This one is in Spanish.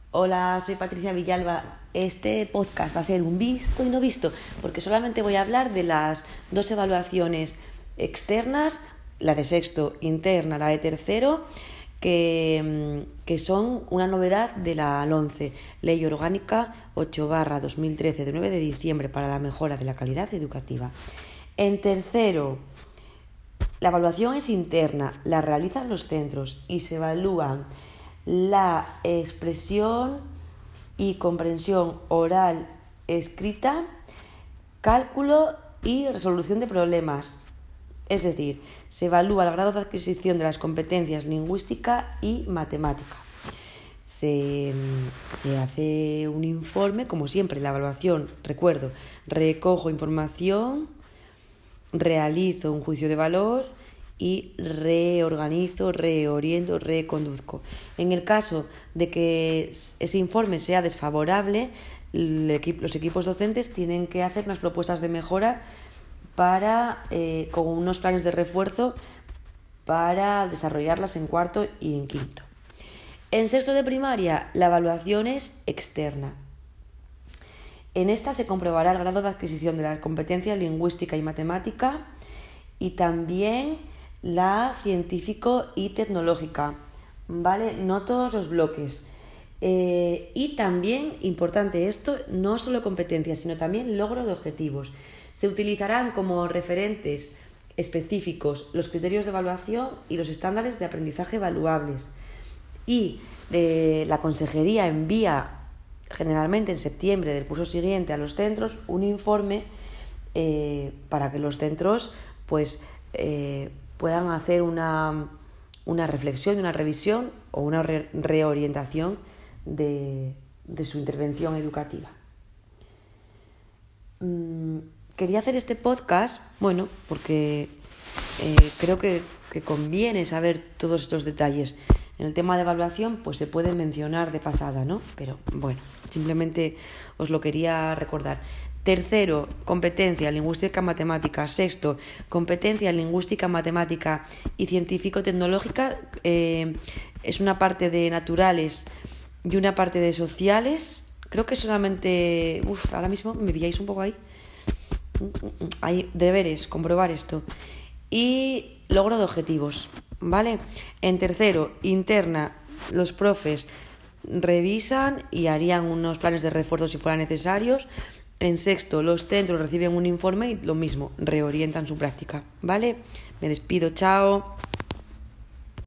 Hola, soy Patricia Villalba. Este podcast va a ser un visto y no visto, porque solamente voy a hablar de las dos evaluaciones externas, la de sexto interna, la de tercero, que son una novedad de la LONCE, Ley Orgánica 8/2013, de 9 de diciembre, para la mejora de la calidad educativa. En tercero, la evaluación es interna, la realizan los centros y se evalúan la expresión y comprensión oral escrita, cálculo y resolución de problemas. Es decir, se evalúa el grado de adquisición de las competencias lingüística y matemática. Se hace un informe, como siempre, la evaluación, recuerdo, recojo información, realizo un juicio de valor y reorganizo, reoriento, reconduzco. En el caso de que ese informe sea desfavorable, los equipos docentes tienen que hacer unas propuestas de mejora con unos planes de refuerzo para desarrollarlas en cuarto y en quinto. En sexto de primaria, la evaluación es externa. En esta se comprobará el grado de adquisición de la competencia lingüística y matemática y también la científico y tecnológica, ¿vale? No todos los bloques. Y también, importante esto, no solo competencias, sino también logro de objetivos. Se utilizarán como referentes específicos los criterios de evaluación y los estándares de aprendizaje evaluables. Y la consejería envía generalmente en septiembre del curso siguiente a los centros un informe para que los centros puedan hacer una reflexión, una revisión o una reorientación de su intervención educativa. Quería hacer este podcast, porque creo que conviene saber todos estos detalles. En el tema de evaluación, se puede mencionar de pasada, ¿no? Pero simplemente os lo quería recordar. Tercero, competencia lingüística matemática. Sexto, competencia lingüística matemática y científico-tecnológica. Es una parte de naturales y una parte de sociales. Creo que solamente... ahora mismo me pilláis un poco ahí. Hay deberes, comprobar esto. Y logro de objetivos, ¿vale? En tercero, interna, los profes revisan y harían unos planes de refuerzo si fueran necesarios. En sexto, los centros reciben un informe y lo mismo, reorientan su práctica, ¿vale? Me despido, chao.